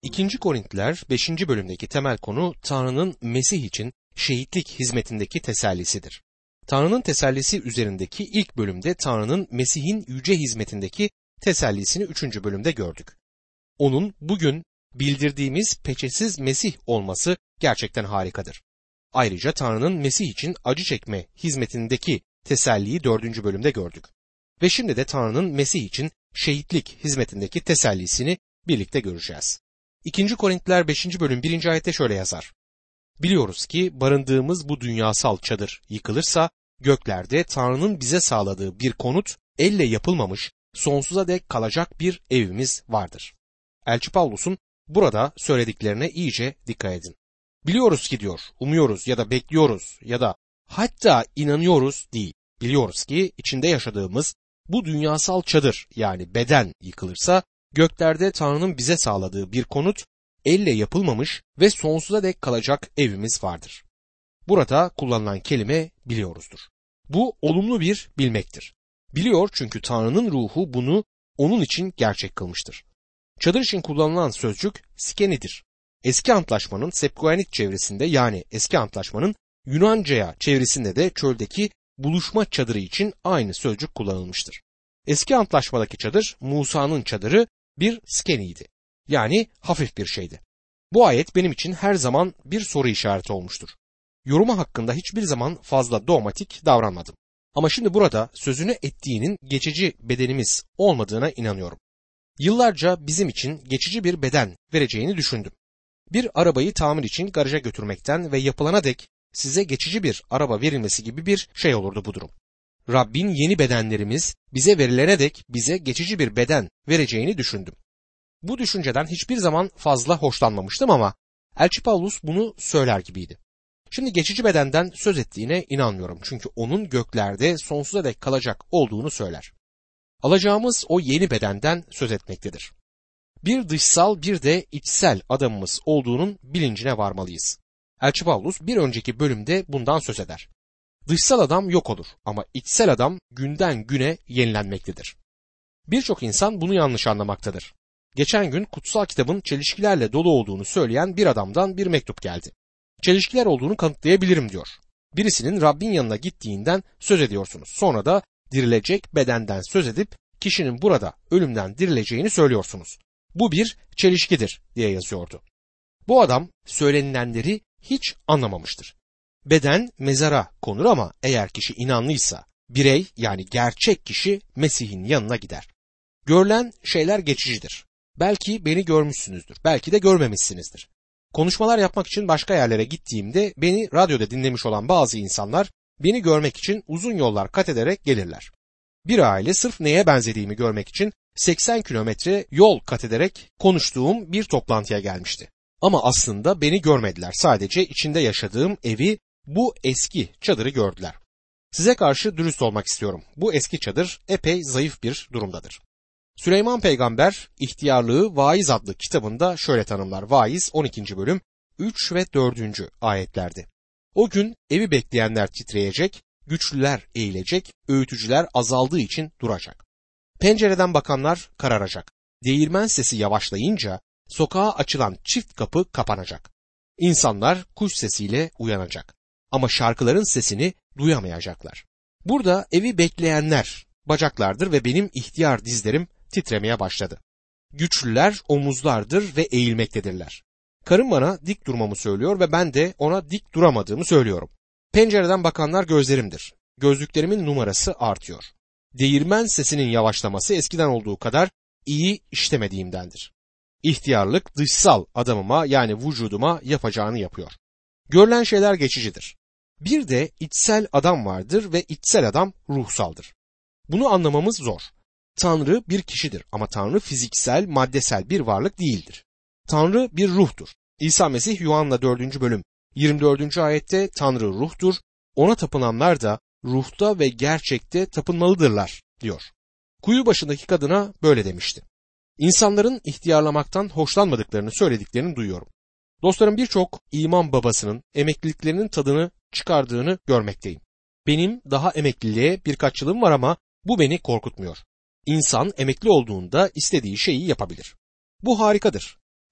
2. Korintiler 5. bölümdeki temel konu Tanrı'nın Mesih için şehitlik hizmetindeki tesellisidir. Tanrı'nın tesellisi üzerindeki ilk bölümde Tanrı'nın Mesih'in yüce hizmetindeki tesellisini 3. bölümde gördük. Onun bugün bildirdiğimiz peçesiz Mesih olması gerçekten harikadır. Ayrıca Tanrı'nın Mesih için acı çekme hizmetindeki teselliyi 4. bölümde gördük. Ve şimdi de Tanrı'nın Mesih için şehitlik hizmetindeki tesellisini birlikte göreceğiz. 2. Korintiler 5. bölüm 1. ayette şöyle yazar. Biliyoruz ki barındığımız bu dünyasal çadır yıkılırsa göklerde Tanrı'nın bize sağladığı bir konut, elle yapılmamış, sonsuza dek kalacak bir evimiz vardır. Elçi Pavlus'un burada söylediklerine iyice dikkat edin. Biliyoruz ki diyor, umuyoruz ya da bekliyoruz ya da hatta inanıyoruz değil. Biliyoruz ki içinde yaşadığımız bu dünyasal çadır yani beden yıkılırsa göklerde Tanrı'nın bize sağladığı bir konut, elle yapılmamış ve sonsuza dek kalacak evimiz vardır. Burada kullanılan kelime biliyoruzdur. Bu olumlu bir bilmektir. Biliyor çünkü Tanrı'nın ruhu bunu onun için gerçek kılmıştır. Çadır için kullanılan sözcük skenidir. Eski Antlaşmanın Septuagint çevresinde yani Eski Antlaşmanın Yunanca'ya çevresinde de çöldeki buluşma çadırı için aynı sözcük kullanılmıştır. Eski Antlaşmadaki çadır Musa'nın çadırı bir skeniydi. Yani hafif bir şeydi. Bu ayet benim için her zaman bir soru işareti olmuştur. Yorumu hakkında hiçbir zaman fazla dogmatik davranmadım. Ama şimdi burada sözünü ettiğinin geçici bedenimiz olmadığına inanıyorum. Yıllarca bizim için geçici bir beden vereceğini düşündüm. Bir arabayı tamir için garaja götürmekten ve yapılana dek size geçici bir araba verilmesi gibi bir şey olurdu bu durum. Rabbin yeni bedenlerimiz bize verilene dek bize geçici bir beden vereceğini düşündüm. Bu düşünceden hiçbir zaman fazla hoşlanmamıştım ama Elçi Pavlus bunu söyler gibiydi. Şimdi geçici bedenden söz ettiğine inanmıyorum çünkü onun göklerde sonsuza dek kalacak olduğunu söyler. Alacağımız o yeni bedenden söz etmektedir. Bir dışsal bir de içsel adamımız olduğunun bilincine varmalıyız. Elçi Pavlus bir önceki bölümde bundan söz eder. Dışsal adam yok olur ama içsel adam günden güne yenilenmektedir. Birçok insan bunu yanlış anlamaktadır. Geçen gün kutsal kitabın çelişkilerle dolu olduğunu söyleyen bir adamdan bir mektup geldi. Çelişkiler olduğunu kanıtlayabilirim diyor. Birisinin Rabbin yanına gittiğinden söz ediyorsunuz. Sonra da dirilecek bedenden söz edip kişinin burada ölümden dirileceğini söylüyorsunuz. Bu bir çelişkidir diye yazıyordu. Bu adam söylenilenleri hiç anlamamıştır. Beden mezara konur ama eğer kişi inanlıysa birey yani gerçek kişi Mesih'in yanına gider. Görülen şeyler geçicidir. Belki beni görmüşsünüzdür, belki de görmemişsinizdir. Konuşmalar yapmak için başka yerlere gittiğimde beni radyoda dinlemiş olan bazı insanlar beni görmek için uzun yollar kat ederek gelirler. Bir aile sırf neye benzediğimi görmek için 80 kilometre yol kat ederek konuştuğum bir toplantıya gelmişti. Ama aslında beni görmediler. Sadece içinde yaşadığım evi, bu eski çadırı gördüler. Size karşı dürüst olmak istiyorum. Bu eski çadır epey zayıf bir durumdadır. Süleyman Peygamber İhtiyarlığı Vaiz adlı kitabında şöyle tanımlar. Vaiz 12. bölüm 3 ve 4. ayetlerdi. O gün evi bekleyenler titreyecek, güçlüler eğilecek, öğütücüler azaldığı için duracak. Pencereden bakanlar kararacak. Değirmen sesi yavaşlayınca sokağa açılan çift kapı kapanacak. İnsanlar kuş sesiyle uyanacak. Ama şarkıların sesini duyamayacaklar. Burada evi bekleyenler bacaklardır ve benim ihtiyar dizlerim titremeye başladı. Güçlüler omuzlardır ve eğilmektedirler. Karım bana dik durmamı söylüyor ve ben de ona dik duramadığımı söylüyorum. Pencereden bakanlar gözlerimdir. Gözlüklerimin numarası artıyor. Değirmen sesinin yavaşlaması eskiden olduğu kadar iyi işlemediğimdendir. İhtiyarlık dışsal adamıma yani vücuduma yapacağını yapıyor. Görülen şeyler geçicidir. Bir de içsel adam vardır ve içsel adam ruhsaldır. Bunu anlamamız zor. Tanrı bir kişidir ama Tanrı fiziksel, maddesel bir varlık değildir. Tanrı bir ruhtur. İsa Mesih Yuhanna 4. bölüm 24. ayette Tanrı ruhtur, ona tapınanlar da ruhta ve gerçekte tapınmalıdırlar diyor. Kuyu başındaki kadına böyle demişti. İnsanların ihtiyarlamaktan hoşlanmadıklarını söylediklerini duyuyorum. Dostlarım birçok imam babasının emekliliklerinin tadını çıkardığını görmekteyim. Benim daha emekliliğe birkaç yılım var ama bu beni korkutmuyor. İnsan emekli olduğunda istediği şeyi yapabilir. Bu harikadır.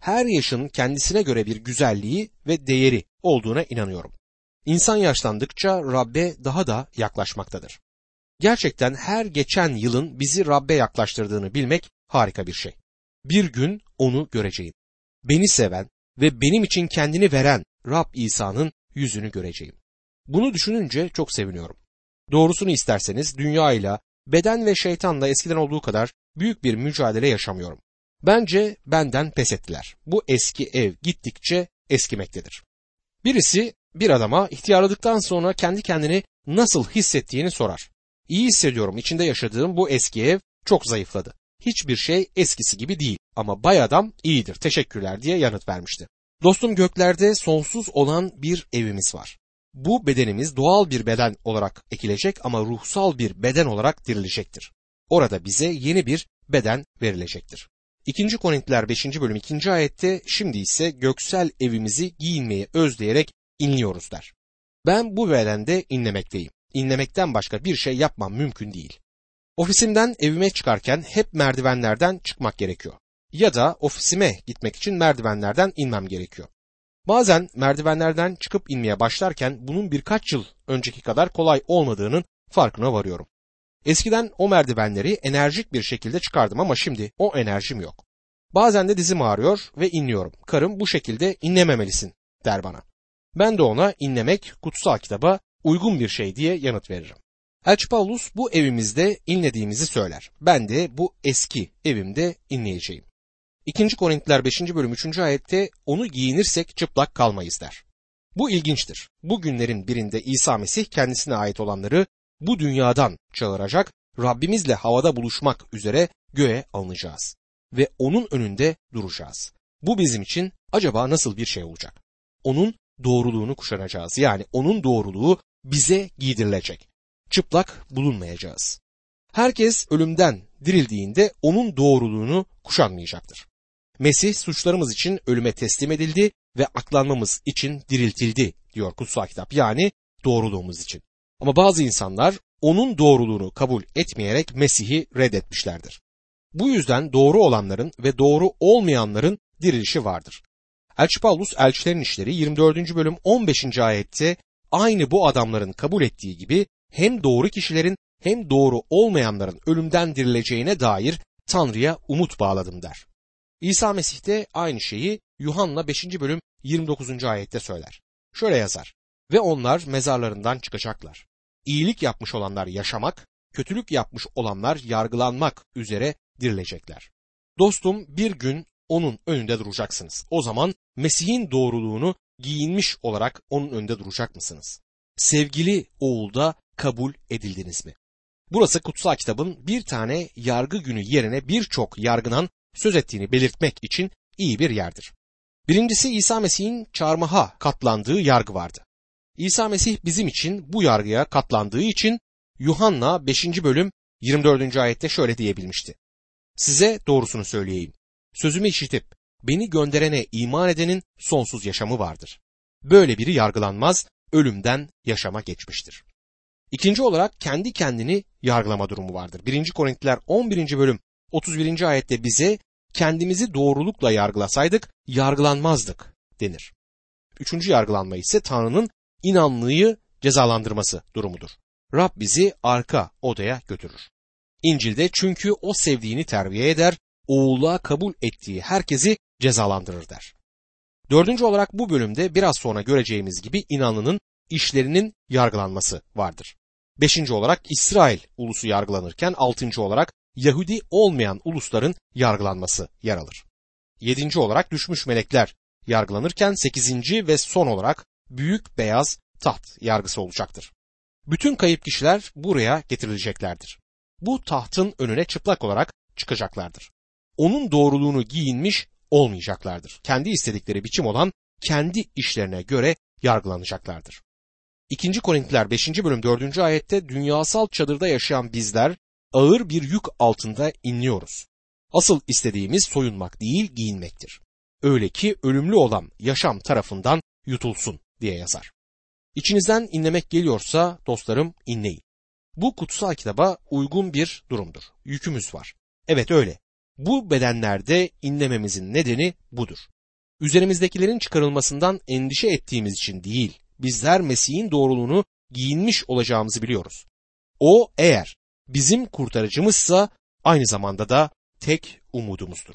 her yaşın kendisine göre bir güzelliği ve değeri olduğuna inanıyorum. İnsan yaşlandıkça Rab'be daha da yaklaşmaktadır. Gerçekten her geçen yılın bizi Rab'be yaklaştırdığını bilmek harika bir şey. Bir gün onu göreceğim. Beni seven ve benim için kendini veren Rab İsa'nın yüzünü göreceğim. Bunu düşününce çok seviniyorum. Doğrusunu isterseniz dünyayla, beden ve şeytanla eskiden olduğu kadar büyük bir mücadele yaşamıyorum. Bence benden pes ettiler. Bu eski ev gittikçe eskimektedir. Birisi bir adama ihtiyarladıktan sonra kendi kendini nasıl hissettiğini sorar. İyi hissediyorum, içinde yaşadığım bu eski ev çok zayıfladı. Hiçbir şey eskisi gibi değil ama bay adam iyidir, teşekkürler diye yanıt vermişti. Dostum, göklerde sonsuz olan bir evimiz var. Bu bedenimiz doğal bir beden olarak ekilecek ama ruhsal bir beden olarak dirilecektir. Orada bize yeni bir beden verilecektir. 2. Korintiler 5. bölüm 2. ayette şimdi ise göksel evimizi giyinmeyi özleyerek inliyoruz der. Ben bu bedende inlemekteyim. İnlemekten başka bir şey yapmam mümkün değil. Ofisimden evime çıkarken hep merdivenlerden çıkmak gerekiyor. Ya da ofisime gitmek için merdivenlerden inmem gerekiyor. Bazen merdivenlerden çıkıp inmeye başlarken bunun birkaç yıl önceki kadar kolay olmadığının farkına varıyorum. Eskiden o merdivenleri enerjik bir şekilde çıkardım ama şimdi o enerjim yok. Bazen de dizim ağrıyor ve inliyorum. Karım bu şekilde inlememelisin der bana. Ben de ona inlemek kutsal kitaba uygun bir şey diye yanıt veririm. Elçi Paulus bu evimizde inlediğimizi söyler. Ben de bu eski evimde inleyeceğim. 2. Korintiler 5. bölüm 3. ayette onu giyinirsek çıplak kalmayız der. Bu ilginçtir. Bu günlerin birinde İsa Mesih kendisine ait olanları bu dünyadan çağıracak, Rabbimizle havada buluşmak üzere göğe alınacağız ve onun önünde duracağız. Bu bizim için acaba nasıl bir şey olacak? Onun doğruluğunu kuşanacağız. Yani onun doğruluğu bize giydirilecek. Çıplak bulunmayacağız. Herkes ölümden dirildiğinde onun doğruluğunu kuşanmayacaktır. Mesih suçlarımız için ölüme teslim edildi ve aklanmamız için diriltildi diyor kutsal kitap. Yani doğruluğumuz için. Ama bazı insanlar onun doğruluğunu kabul etmeyerek Mesih'i reddetmişlerdir. Bu yüzden doğru olanların ve doğru olmayanların dirilişi vardır. Elçi Paulus Elçilerin İşleri 24. bölüm 15. ayette aynı bu adamların kabul ettiği gibi hem doğru kişilerin hem doğru olmayanların ölümden dirileceğine dair Tanrı'ya umut bağladım der. İsa Mesih de aynı şeyi Yuhanna 5. bölüm 29. ayette söyler. Şöyle yazar: ve onlar mezarlarından çıkacaklar. İyilik yapmış olanlar yaşamak, kötülük yapmış olanlar yargılanmak üzere dirilecekler. Dostum, bir gün onun önünde duracaksınız. O zaman Mesih'in doğruluğunu giyinmiş olarak onun önünde duracak mısınız? Sevgili oğulda kabul edildiniz mi? Burası kutsal kitabın bir tane yargı günü yerine birçok yargıdan söz ettiğini belirtmek için iyi bir yerdir. Birincisi, İsa Mesih'in çarmıha katlandığı yargı vardı. İsa Mesih bizim için bu yargıya katlandığı için Yuhanna 5. bölüm 24. ayette şöyle diyebilmişti. Size doğrusunu söyleyeyim. Sözümü işitip beni gönderene iman edenin sonsuz yaşamı vardır. Böyle biri yargılanmaz, ölümden yaşama geçmiştir. İkinci olarak kendi kendini yargılama durumu vardır. 1. Korintiler 11. bölüm 31. ayette bize kendimizi doğrulukla yargılasaydık yargılanmazdık denir. Üçüncü yargılanma ise Tanrı'nın inanlıyı cezalandırması durumudur. Rab bizi arka odaya götürür. İncil'de çünkü o sevdiğini terbiye eder, oğulluğa kabul ettiği herkesi cezalandırır der. Dördüncü olarak bu bölümde biraz sonra göreceğimiz gibi inanlının işlerinin yargılanması vardır. Beşinci olarak İsrail ulusu yargılanırken altıncı olarak Yahudi olmayan ulusların yargılanması yer alır. Yedinci olarak düşmüş melekler yargılanırken sekizinci ve son olarak büyük beyaz taht yargısı olacaktır. Bütün kayıp kişiler buraya getirileceklerdir. Bu tahtın önüne çıplak olarak çıkacaklardır. Onun doğruluğunu giyinmiş olmayacaklardır. Kendi istedikleri biçim olan kendi işlerine göre yargılanacaklardır. 2. Korintiler 5. bölüm 4. ayette dünyasal çadırda yaşayan bizler ağır bir yük altında inliyoruz. Asıl istediğimiz soyunmak değil giyinmektir. Öyle ki ölümlü olan yaşam tarafından yutulsun diye yazar. İçinizden inlemek geliyorsa dostlarım inleyin. Bu kutsal kitaba uygun bir durumdur. Yükümüz var. Evet öyle. Bu bedenlerde inlememizin nedeni budur. üzerimizdekilerin çıkarılmasından endişe ettiğimiz için değil, bizler Mesih'in doğruluğunu giyinmiş olacağımızı biliyoruz. O eğer bizim kurtarıcımızsa aynı zamanda da tek umudumuzdur.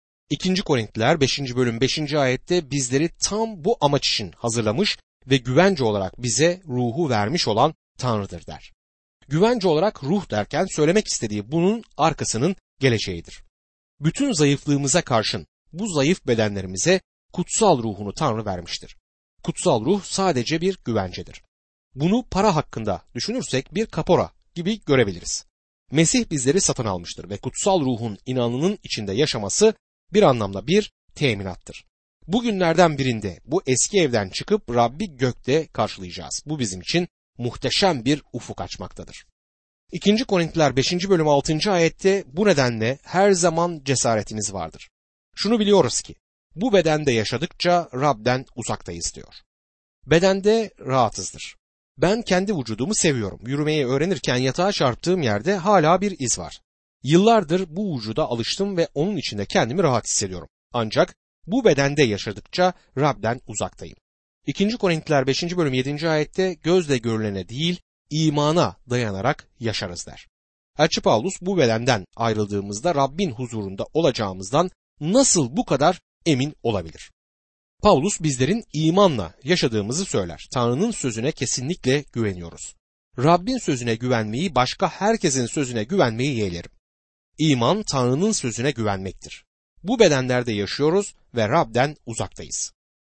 2. Korintiler 5. bölüm 5. ayette bizleri tam bu amaç için hazırlamış ve güvence olarak bize ruhu vermiş olan Tanrı'dır der. Güvence olarak ruh derken söylemek istediği bunun arkasının geleceğidir. Bütün zayıflığımıza karşın bu zayıf bedenlerimize kutsal ruhunu Tanrı vermiştir. Kutsal ruh sadece bir güvencedir. Bunu para hakkında düşünürsek bir kapora gibi görebiliriz. Mesih bizleri satın almıştır ve kutsal ruhun inanlının içinde yaşaması bir anlamda bir teminattır. Bugünlerden birinde bu eski evden çıkıp Rabbi gökte karşılayacağız. Bu bizim için muhteşem bir ufuk açmaktadır. 2. Korintiler 5. bölüm 6. ayette bu nedenle her zaman cesaretiniz vardır. Şunu biliyoruz ki bu bedende yaşadıkça Rab'den uzaktayız diyor. Bedende rahatsızdır. Ben kendi vücudumu seviyorum. Yürümeyi öğrenirken yatağa çarptığım yerde hala bir iz var. Yıllardır bu vücuda alıştım ve onun içinde kendimi rahat hissediyorum. Ancak bu bedende yaşadıkça Rab'den uzaktayım. 2. Korintiler 5. bölüm 7. ayette gözle görülene değil imana dayanarak yaşarız der. Elçi Pavlus bu bedenden ayrıldığımızda Rabbin huzurunda olacağımızdan nasıl bu kadar emin olabilir? Pavlus bizlerin imanla yaşadığımızı söyler. Tanrı'nın sözüne kesinlikle güveniyoruz. Rabbin sözüne güvenmeyi başka herkesin sözüne güvenmeyi yeğlerim. İman Tanrı'nın sözüne güvenmektir. Bu bedenlerde yaşıyoruz ve Rab'den uzaktayız.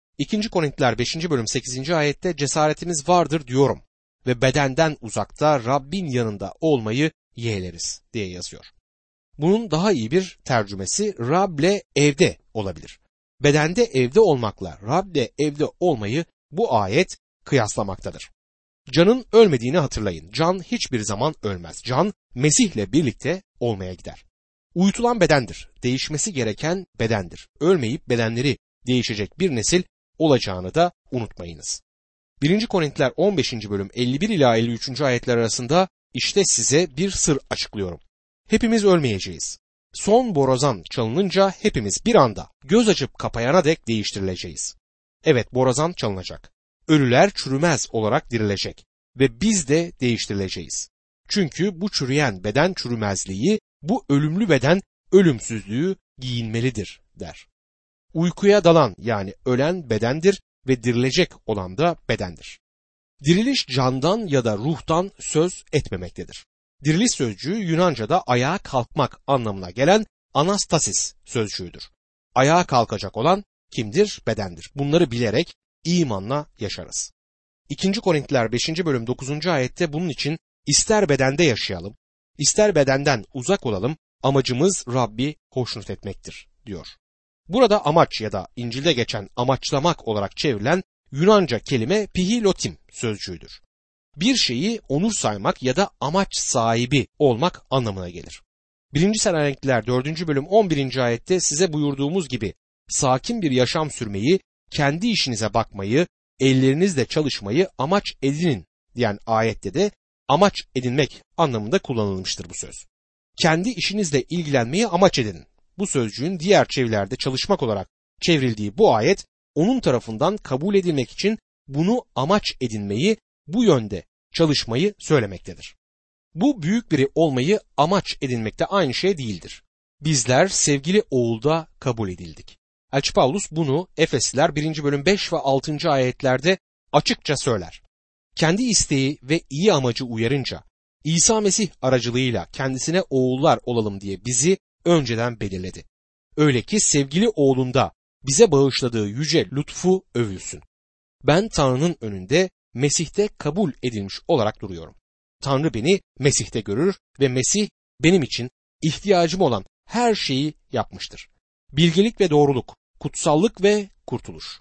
2. Korintiler 5. bölüm 8. ayette cesaretimiz vardır diyorum ve bedenden uzakta Rabbin yanında olmayı yeğleriz diye yazıyor. Bunun daha iyi bir tercümesi Rab'le evde olabilir. Bedende evde olmakla Rab'le evde olmayı bu ayet kıyaslamaktadır. Canın ölmediğini hatırlayın. Can hiçbir zaman ölmez. Can Mesih'le birlikte olmaya gider. Uyutulan bedendir. Değişmesi gereken bedendir. Ölmeyip bedenleri değişecek bir nesil olacağını da unutmayınız. 1. Korintiler 15. bölüm 51 ila 53. ayetler arasında işte size bir sır açıklıyorum. Hepimiz ölmeyeceğiz. Son borazan çalınınca hepimiz bir anda göz açıp kapayana dek değiştirileceğiz. Evet, borazan çalınacak. Ölüler çürümez olarak dirilecek ve biz de değiştirileceğiz. Çünkü bu çürüyen beden çürümezliği, bu ölümlü beden ölümsüzlüğü giyinmelidir der. Uykuya dalan yani ölen bedendir ve dirilecek olan da bedendir. Diriliş candan ya da ruhtan söz etmemektedir. Diriliş sözcüğü Yunanca'da ayağa kalkmak anlamına gelen anastasis sözcüğüdür. Ayağa kalkacak olan kimdir? Bedendir. Bunları bilerek imanla yaşarız. 2. Korintiler 5. bölüm 9. ayette bunun için ister bedende yaşayalım, ister bedenden uzak olalım, amacımız Rabbi hoşnut etmektir diyor. Burada amaç ya da İncil'de geçen amaçlamak olarak çevrilen Yunanca kelime pihilotim sözcüğüdür. Bir şeyi onur saymak ya da amaç sahibi olmak anlamına gelir. 1. Selanikliler 4. bölüm 11. ayette size buyurduğumuz gibi sakin bir yaşam sürmeyi, kendi işinize bakmayı, ellerinizle çalışmayı amaç edinin diyen ayette de amaç edinmek anlamında kullanılmıştır bu söz. Kendi işinizle ilgilenmeyi amaç edinin. Bu sözcüğün diğer çevirilerde çalışmak olarak çevrildiği bu ayet onun tarafından kabul edilmek için bunu amaç edinmeyi, bu yönde çalışmayı söylemektedir. Bu büyük biri olmayı amaç edinmekte aynı şey değildir. Bizler sevgili oğulda kabul edildik. Elçi Pavlus bunu Efesliler 1. bölüm 5 ve 6. ayetlerde açıkça söyler. Kendi isteği ve iyi amacı uyarınca İsa Mesih aracılığıyla kendisine oğullar olalım diye bizi önceden belirledi. Öyle ki sevgili oğlunda bize bağışladığı yüce lütfu övülsün. Ben Tanrı'nın önünde Mesih'te kabul edilmiş olarak duruyorum. Tanrı beni Mesih'te görür ve Mesih benim için ihtiyacım olan her şeyi yapmıştır. Bilgelik ve doğruluk, kutsallık ve kurtuluş.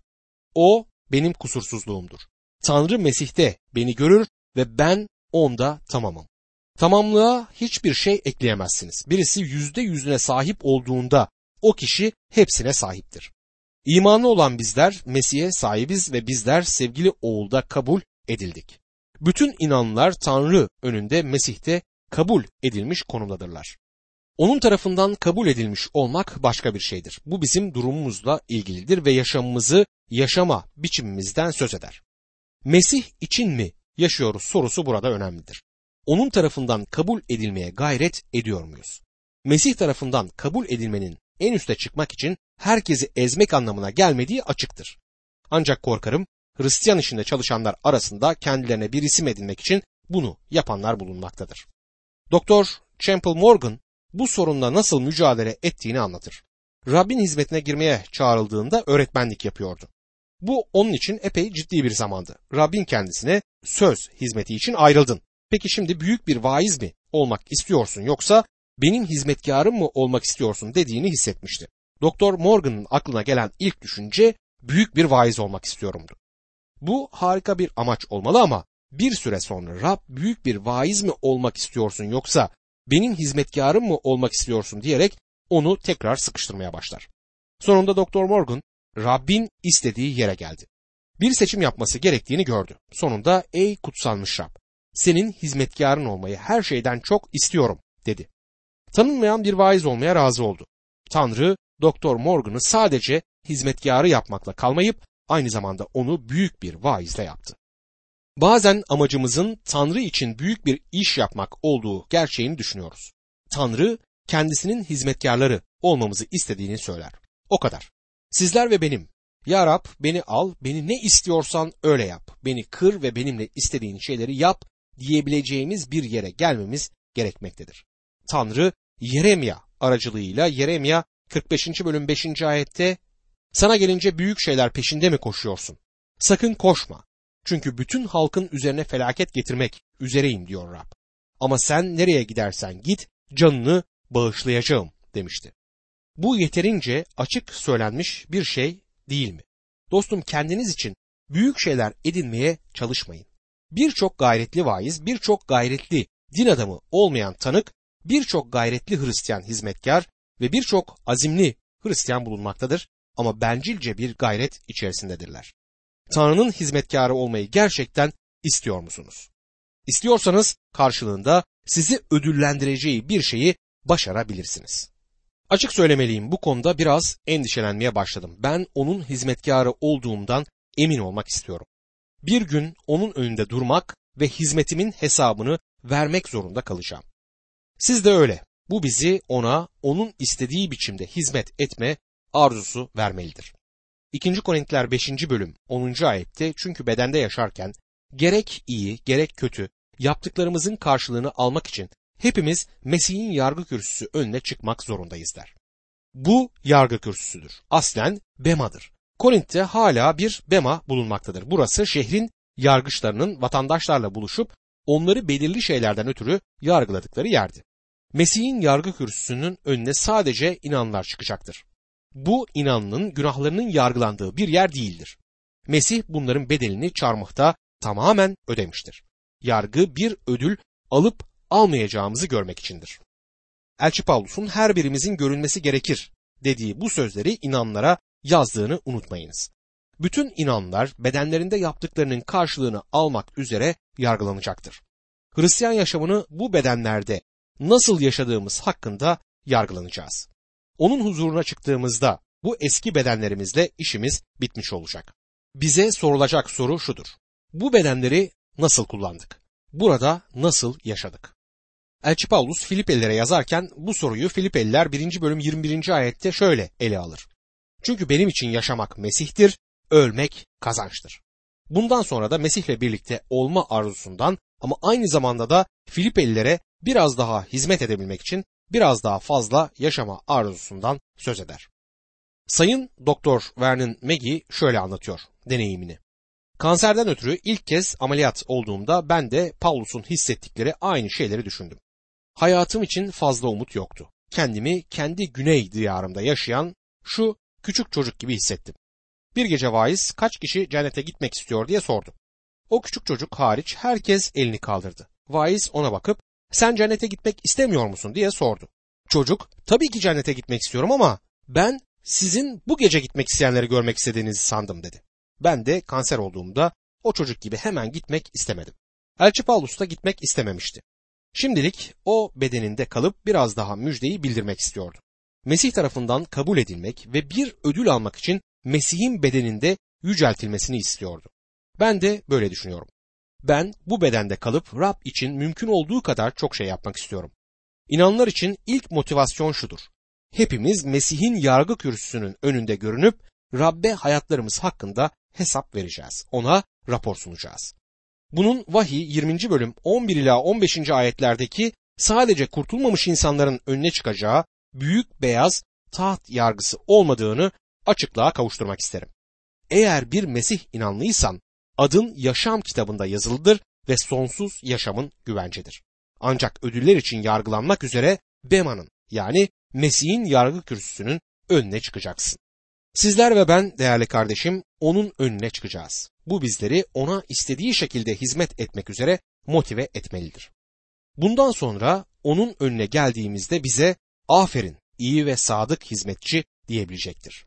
O benim kusursuzluğumdur. Tanrı Mesih'te beni görür ve ben onda tamamım. Tamamlığa hiçbir şey ekleyemezsiniz. Birisi %100'üne sahip olduğunda o kişi hepsine sahiptir. İmanlı olan bizler Mesih'e sahibiz ve bizler sevgili oğulda kabul edildik. Bütün inanlılar Tanrı önünde Mesih'te kabul edilmiş konumdadırlar. Onun tarafından kabul edilmiş olmak başka bir şeydir. Bu bizim durumumuzla ilgilidir ve yaşamımızı yaşama biçimimizden söz eder. Mesih için mi yaşıyoruz sorusu burada önemlidir. Onun tarafından kabul edilmeye gayret ediyor muyuz? Mesih tarafından kabul edilmenin en üste çıkmak için herkesi ezmek anlamına gelmediği açıktır. Ancak korkarım Hristiyan işinde çalışanlar arasında kendilerine bir isim edinmek için bunu yapanlar bulunmaktadır. Doktor Campbell Morgan bu sorunla nasıl mücadele ettiğini anlatır. Rabbin hizmetine girmeye çağrıldığında öğretmenlik yapıyordu. Bu onun için epey ciddi bir zamandı. Rabbin kendisine söz hizmeti için ayrıldın. Peki şimdi büyük bir vaiz mi olmak istiyorsun yoksa benim hizmetkarım mı olmak istiyorsun dediğini hissetmişti. Doktor Morgan'ın aklına gelen ilk düşünce büyük bir vaiz olmak istiyorumdu. Bu harika bir amaç olmalı ama bir süre sonra Rab büyük bir vaiz mi olmak istiyorsun yoksa benim hizmetkarım mı olmak istiyorsun diyerek onu tekrar sıkıştırmaya başlar. Sonunda Doktor Morgan Rabbin istediği yere geldi. Bir seçim yapması gerektiğini gördü. Sonunda ey kutsanmış Rab, senin hizmetkarın olmayı her şeyden çok istiyorum dedi. Tanınmayan bir vaiz olmaya razı oldu. Tanrı Doktor Morgan'ı sadece hizmetkarı yapmakla kalmayıp aynı zamanda onu büyük bir vaizle yaptı. Bazen amacımızın Tanrı için büyük bir iş yapmak olduğu gerçeğini düşünüyoruz. Tanrı kendisinin hizmetkarları olmamızı istediğini söyler. O kadar. Sizler ve benim, ya Rab beni al, beni ne istiyorsan öyle yap, beni kır ve benimle istediğin şeyleri yap diyebileceğimiz bir yere gelmemiz gerekmektedir. Tanrı Yeremya aracılığıyla Yeremya 45. bölüm 5. ayette sana gelince büyük şeyler peşinde mi koşuyorsun? Sakın koşma. Çünkü bütün halkın üzerine felaket getirmek üzereyim diyor Rab. Ama sen nereye gidersen git canını bağışlayacağım demişti. Bu yeterince açık söylenmiş bir şey değil mi? Dostum kendiniz için büyük şeyler edinmeye çalışmayın. Birçok gayretli vaiz, birçok gayretli din adamı olmayan tanık, birçok gayretli Hristiyan hizmetkar ve birçok azimli Hristiyan bulunmaktadır ama bencilce bir gayret içerisindedirler. Tanrı'nın hizmetkarı olmayı gerçekten istiyor musunuz? İstiyorsanız karşılığında sizi ödüllendireceği bir şeyi başarabilirsiniz. Açık söylemeliyim bu konuda biraz endişelenmeye başladım. Ben onun hizmetkarı olduğumdan emin olmak istiyorum. Bir gün onun önünde durmak ve hizmetimin hesabını vermek zorunda kalacağım. Siz de öyle. Bu bizi ona onun istediği biçimde hizmet etme arzusu vermelidir. 2. Korintiler 5. bölüm 10. ayette çünkü bedende yaşarken gerek iyi gerek kötü yaptıklarımızın karşılığını almak için hepimiz Mesih'in yargı kürsüsü önüne çıkmak zorundayız der. Bu yargı kürsüsüdür. Aslen Bema'dır. Korint'te hala bir Bema bulunmaktadır. Burası şehrin yargıçlarının vatandaşlarla buluşup onları belirli şeylerden ötürü yargıladıkları yerdi. Mesih'in yargı kürsüsünün önüne sadece inananlar çıkacaktır. Bu inananın günahlarının yargılandığı bir yer değildir. Mesih bunların bedelini çarmıhta tamamen ödemiştir. Yargı bir ödül alıp almayacağımızı görmek içindir. Elçi Pavlus'un her birimizin görünmesi gerekir dediği bu sözleri inananlara yazdığını unutmayınız. Bütün inananlar bedenlerinde yaptıklarının karşılığını almak üzere yargılanacaktır. Hristiyan yaşamını bu bedenlerde nasıl yaşadığımız hakkında yargılanacağız. Onun huzuruna çıktığımızda bu eski bedenlerimizle işimiz bitmiş olacak. Bize sorulacak soru şudur. Bu bedenleri nasıl kullandık? Burada nasıl yaşadık? Elçi Pavlus Filipelilere yazarken bu soruyu Filipeliler 1. bölüm 21. ayette şöyle ele alır. Çünkü benim için yaşamak Mesih'tir, ölmek kazançtır. Bundan sonra da Mesih'le birlikte olma arzusundan ama aynı zamanda da Filipelilere biraz daha hizmet edebilmek için biraz daha fazla yaşama arzusundan söz eder. Sayın Doktor Vernon McGee şöyle anlatıyor deneyimini. Kanserden ötürü ilk kez ameliyat olduğumda ben de Pavlus'un hissettikleri aynı şeyleri düşündüm. Hayatım için fazla umut yoktu. Kendimi kendi güney diyarımda yaşayan şu küçük çocuk gibi hissettim. Bir gece vaiz kaç kişi cennete gitmek istiyor diye sordu. O küçük çocuk hariç herkes elini kaldırdı. Vaiz ona bakıp sen cennete gitmek istemiyor musun diye sordu. Çocuk tabii ki cennete gitmek istiyorum ama ben sizin bu gece gitmek isteyenleri görmek istediğinizi sandım dedi. Ben de kanser olduğumda o çocuk gibi hemen gitmek istemedim. Elçi Pavlus da gitmek istememişti. Şimdilik o bedeninde kalıp biraz daha müjdeyi bildirmek istiyordu. Mesih tarafından kabul edilmek ve bir ödül almak için Mesih'in bedeninde yüceltilmesini istiyordu. Ben de böyle düşünüyorum. Ben bu bedende kalıp Rab için mümkün olduğu kadar çok şey yapmak istiyorum. İnananlar için ilk motivasyon şudur: hepimiz Mesih'in yargı kürsüsünün önünde görünüp Rab'be hayatlarımız hakkında hesap vereceğiz. Ona rapor sunacağız. Bunun vahiy 20. bölüm 11 ila 15. ayetlerdeki sadece kurtulmamış insanların önüne çıkacağı büyük beyaz taht yargısı olmadığını açıklığa kavuşturmak isterim. Eğer bir Mesih inanlıysan adın yaşam kitabında yazılıdır ve sonsuz yaşamın güvencedir. Ancak ödüller için yargılanmak üzere Bema'nın yani Mesih'in yargı kürsüsünün önüne çıkacaksın. Sizler ve ben değerli kardeşim onun önüne çıkacağız. Bu bizleri ona istediği şekilde hizmet etmek üzere motive etmelidir. Bundan sonra onun önüne geldiğimizde bize aferin iyi ve sadık hizmetçi diyebilecektir.